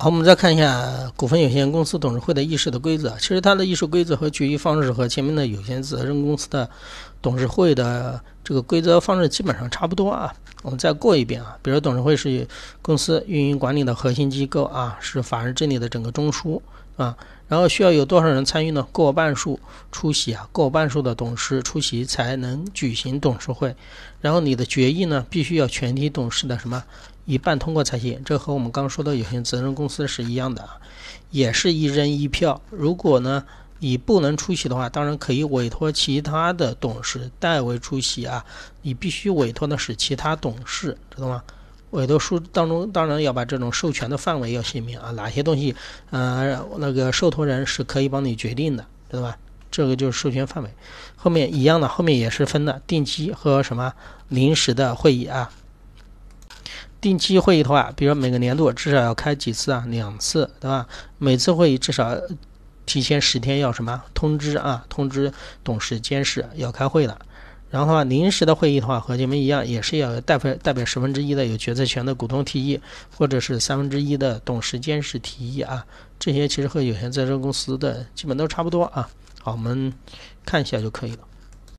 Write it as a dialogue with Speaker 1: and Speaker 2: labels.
Speaker 1: 好，我们再看一下股份有限公司董事会的议事的规则。其实它的议事规则和决议方式和前面的有限责任公司的董事会的这个规则方式基本上差不多啊。我们再过一遍啊，比如董事会是公司运营管理的核心机构啊，是法人治理的整个中枢啊。然后需要有多少人参与呢？过半数出席啊，过半数的董事出席才能举行董事会。然后你的决议呢，必须要全体董事的一半通过才行。这和我们刚刚说的有限责任公司是一样的啊，也是一人一票。如果呢你不能出席的话，当然可以委托其他的董事代为出席啊。你必须委托的是其他董事，知道吗？委托书当中当然要把这种授权的范围要写明啊，哪些东西那个受托人是可以帮你决定的，知道吧？这个就是授权范围。后面一样的，后面也是分的定期和临时的会议啊。定期会议的话，比如每个年度至少要开几次啊？2次，对吧？每次会议至少提前10天要通知啊，通知董事监事要开会了。然后的话，临时的会议的话和前面一样，也是要有代表1/10的有决策权的股东提议，或者是1/3的董事监事提议啊。这些其实和有限责任公司的基本都差不多啊。好，我们看一下就可以了。